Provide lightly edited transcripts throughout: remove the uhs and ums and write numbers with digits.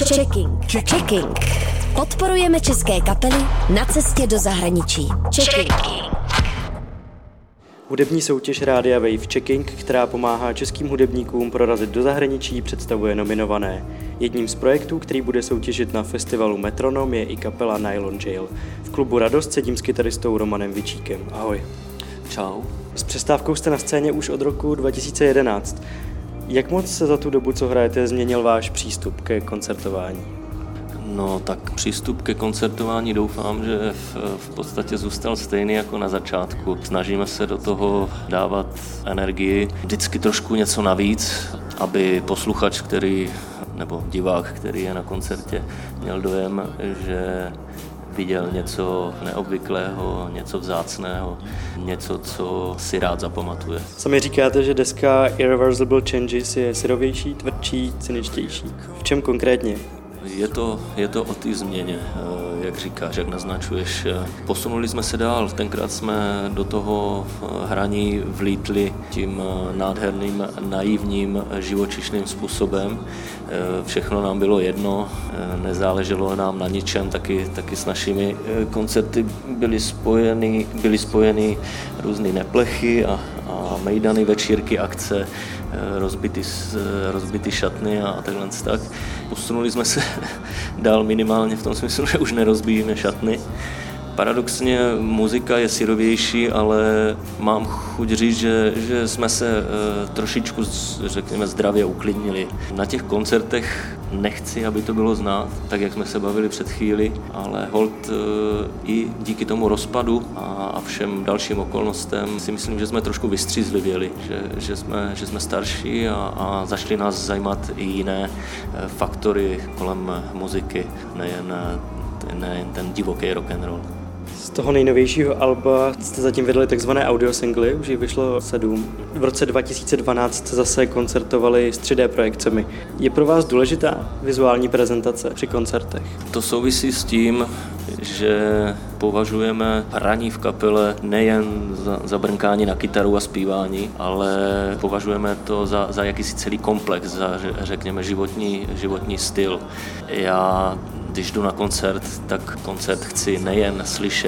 Checking. Podporujeme české kapely na cestě do zahraničí. Checking. Hudební soutěž Rádia Wave Checking, která pomáhá českým hudebníkům prorazit do zahraničí, představuje nominované. Jedním z projektů, který bude soutěžit na festivalu Metronom, je i kapela Nylon Jail. V klubu Radost sedím s kytaristou Romanem Vičíkem. Ahoj. Čau. S přestávkou jste na scéně už od roku 2011. Jak moc se za tu dobu, co hrajete, změnil váš přístup ke koncertování? No tak přístup ke koncertování doufám, že v podstatě zůstal stejný jako na začátku. Snažíme se do toho dávat energii, vždycky trošku něco navíc, aby posluchač, nebo divák, který je na koncertě, měl dojem, že viděl něco neobvyklého, něco vzácného, něco, co si rád zapamatuje. Sami říkáte, že deska Irreversible Changes je syrovější, tvrdší, cyničtější. V čem konkrétně? Je to o té změně, jak říkáš, jak naznačuješ. Posunuli jsme se dál, tenkrát jsme do toho hraní vlítli tím nádherným, naivním, živočišným způsobem. Všechno nám bylo jedno, nezáleželo nám na ničem, taky s našimi koncerty byly spojeny různé neplechy a mejdany, večírky, akce, rozbity šatny a takhle tak. Posunuli jsme se dál minimálně v tom smyslu, že už nerozbíjíme šatny. Paradoxně muzika je syrovější, ale mám chuť říct, že jsme se trošičku, řekněme, zdravě uklidnili. Na těch koncertech nechci, aby to bylo znát, tak jak jsme se bavili před chvíli, ale holt i díky tomu rozpadu a všem dalším okolnostem si myslím, že jsme trošku vystřízlivěli, že jsme starší a začali nás zajímat i jiné faktory kolem muziky, nejen ten divoký rock and roll. Z toho nejnovějšího alba jste zatím vydali takzvané audiosingly, už jich vyšlo 7. V roce 2012 zase koncertovali s 3D projekcemi. Je pro vás důležitá vizuální prezentace při koncertech? To souvisí s tím, že považujeme hraní v kapele nejen za brnkání na kytaru a zpívání, ale považujeme to za jakýsi celý komplex, za, řekněme, životní styl. Když jdu na koncert, tak koncert chci nejen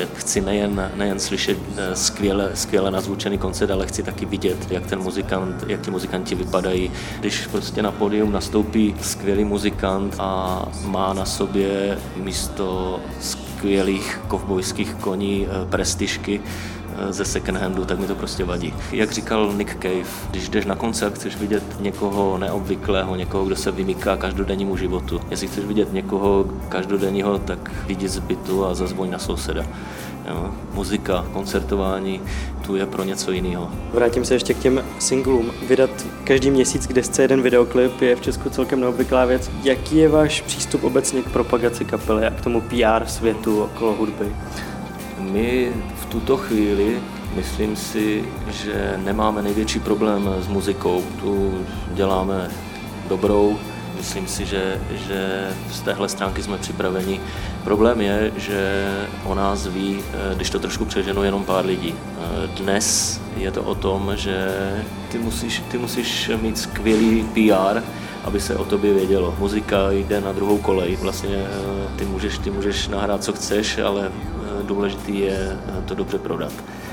slyšet skvěle nazvučený koncert, ale chci taky vidět, jak ti muzikanti vypadají. Když prostě na pódium nastoupí skvělý muzikant a má na sobě místo skvělých kovbojských koní prestižky ze second handu, tak mi to prostě vadí. Jak říkal Nick Cave, když jdeš na koncert, chceš vidět někoho neobvyklého, někoho, kdo se vymyká každodennímu životu. Jestli chceš vidět někoho každodenního, tak jdi z bytu a zazvoň na souseda. Jo, muzika, koncertování, tu je pro něco jiného. Vrátím se ještě k těm singlům. Vydat každý měsíc k desce jeden videoklip je v Česku celkem neobvyklá věc. Jaký je váš přístup obecně k propagaci kapely a k tomu PR světu okolo hudby? My v tuto chvíli, myslím si, že nemáme největší problém s muzikou. Tu děláme dobrou, myslím si, že z téhle stránky jsme připraveni. Problém je, že o nás ví, když to trošku přeženu, jenom pár lidí. Dnes je to o tom, že ty musíš mít skvělý PR, aby se o tobě vědělo. Muzika jde na druhou kolej. Vlastně ty můžeš nahrát, co chceš, ale důležitý je to dobře prodat.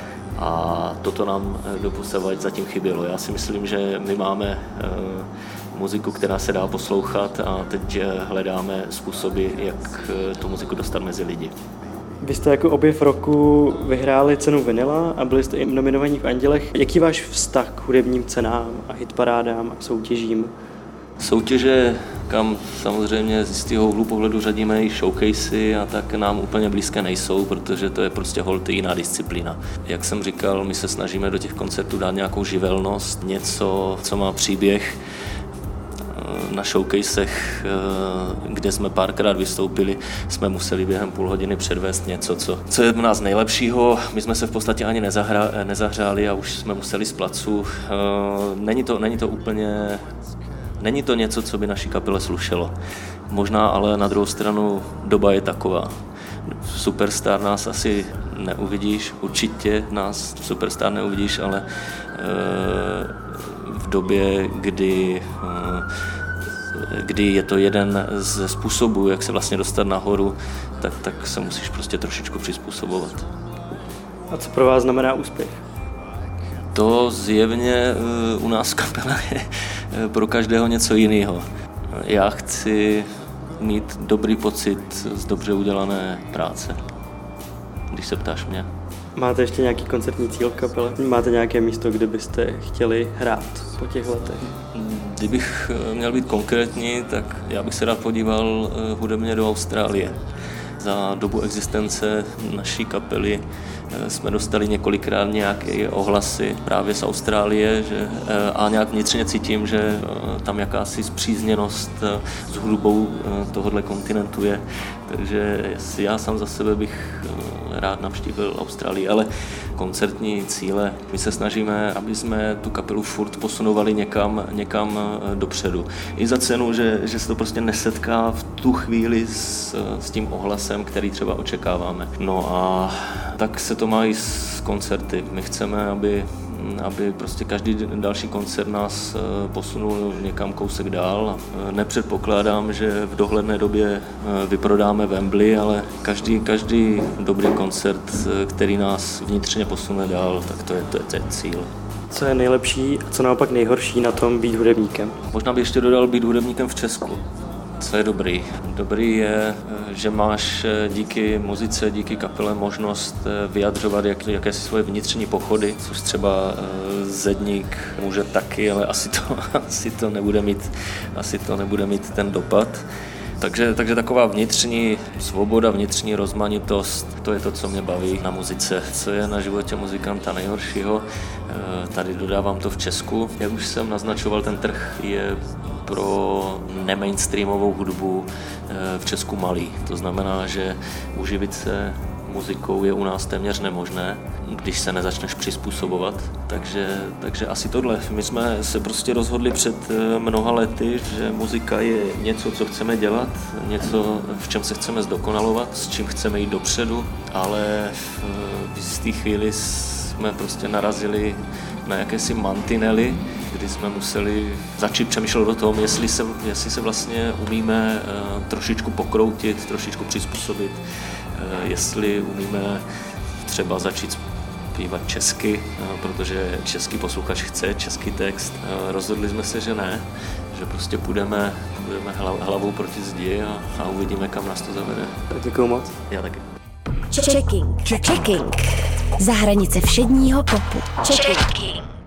A toto nám doposavad zatím chybělo. Já si myslím, že my máme muziku, která se dá poslouchat a teď hledáme způsoby, jak tu muziku dostat mezi lidi. Vy jste jako objev roku vyhráli cenu Vinyla a byli jste i nominovaní v Andělech. Jaký je váš vztah k hudebním cenám a hitparádám a soutěžím? Soutěže, kam samozřejmě z jistého úhlu pohledu řadíme i showcasey a tak nám úplně blízké nejsou, protože to je prostě holt jiná disciplína. Jak jsem říkal, my se snažíme do těch koncertů dát nějakou živelnost, něco, co má příběh. Na showcasech, kde jsme párkrát vystoupili, jsme museli během půl hodiny předvést něco, co je v nás nejlepšího. My jsme se v podstatě ani nezahřáli a už jsme museli z placu. Není to něco, co by naší kapele slušelo. Možná ale na druhou stranu doba je taková. Superstar nás asi neuvidíš, určitě nás superstar neuvidíš, ale v době, kdy kdy je to jeden ze způsobů, jak se vlastně dostat nahoru, tak se musíš prostě trošičku přizpůsobovat. A co pro vás znamená úspěch? To zjevně u nás v kapele je pro každého něco jiného. Já chci mít dobrý pocit z dobře udělané práce, když se ptáš mě. Máte ještě nějaký koncertní cíl v kapele? Máte nějaké místo, kde byste chtěli hrát po těch letech? Kdybych měl být konkrétní, tak já bych se rád podíval hudebně do Austrálie. Za dobu existence naší kapely jsme dostali několikrát nějaké ohlasy právě z Austrálie a nějak vnitřně cítím, že tam jakási spřízněnost s hudbou tohohle kontinentu je. Takže já sám za sebe bych rád navštívil Austrálii, ale koncertní cíle, my se snažíme, aby jsme tu kapelu furt posunovali někam dopředu. I za cenu, že se to prostě nesetká v tu chvíli s tím ohlasem, který třeba očekáváme. No a tak se to má i s koncerty. My chceme, aby prostě každý další koncert nás posunul někam kousek dál. Nepředpokládám, že v dohledné době vyprodáme Wembley, ale každý dobrý koncert, který nás vnitřně posune dál, tak to je cíl. Co je nejlepší a co naopak nejhorší na tom být hudebníkem? Možná bych ještě dodal být hudebníkem v Česku. Co je dobrý? Dobrý je, že máš díky muzice, díky kapele možnost vyjadřovat jakési svoje vnitřní pochody, což třeba Zedník může taky, ale asi to nebude mít ten dopad. Takže taková vnitřní svoboda, vnitřní rozmanitost, to je to, co mě baví na muzice. Co je na životě muzikanta nejhoršího? Tady dodávám to v Česku. Jak už jsem naznačoval, ten trh je pro nemainstreamovou hudbu v Česku malý. To znamená, že uživit se muzikou je u nás téměř nemožné, když se nezačneš přizpůsobovat. Takže asi tohle. My jsme se prostě rozhodli před mnoha lety, že muzika je něco, co chceme dělat, něco, v čem se chceme zdokonalovat, s čím chceme jít dopředu, ale v jisté chvíli jsme prostě narazili na jakési mantinely, kdy jsme museli začít přemýšlet o tom, jestli se vlastně umíme trošičku pokroutit, trošičku přizpůsobit, jestli umíme třeba začít zpívat česky, protože český posluchač chce český text. Rozhodli jsme se, že ne, že prostě půjdeme hlavou proti zdi a uvidíme, kam nás to zavede. Děkuju moc. Já taky. Checking. Za hranice všedního popu. Checking.